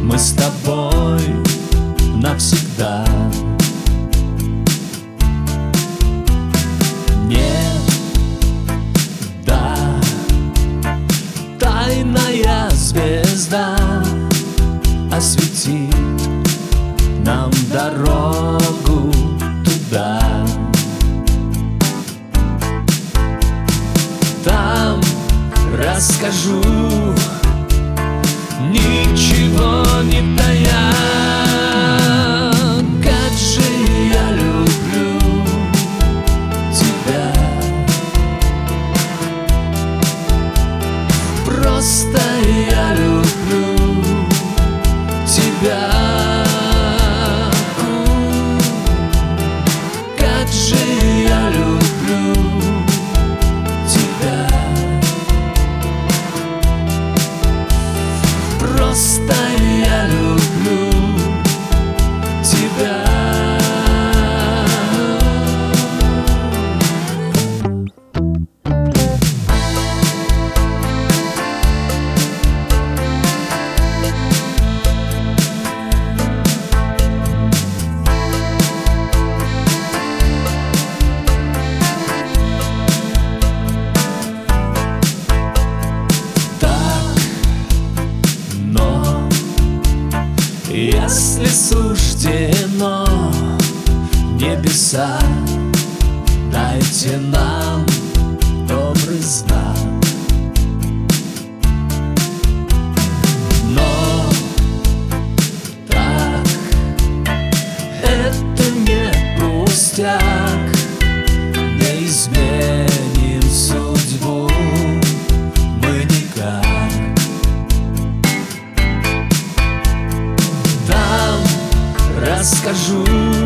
мы с тобой навсегда. Нет, да, тайная звезда осветит нам дорогу туда. Там расскажу, ничего не тая. Как же я люблю тебя, просто я люблю тебя. Как же я люблю тебя, просто я люблю тебя. Если суждено, небеса, дайте нам добрый знак. Но так, это не пустяк, не изменим судьбу мы никак. Расскажу,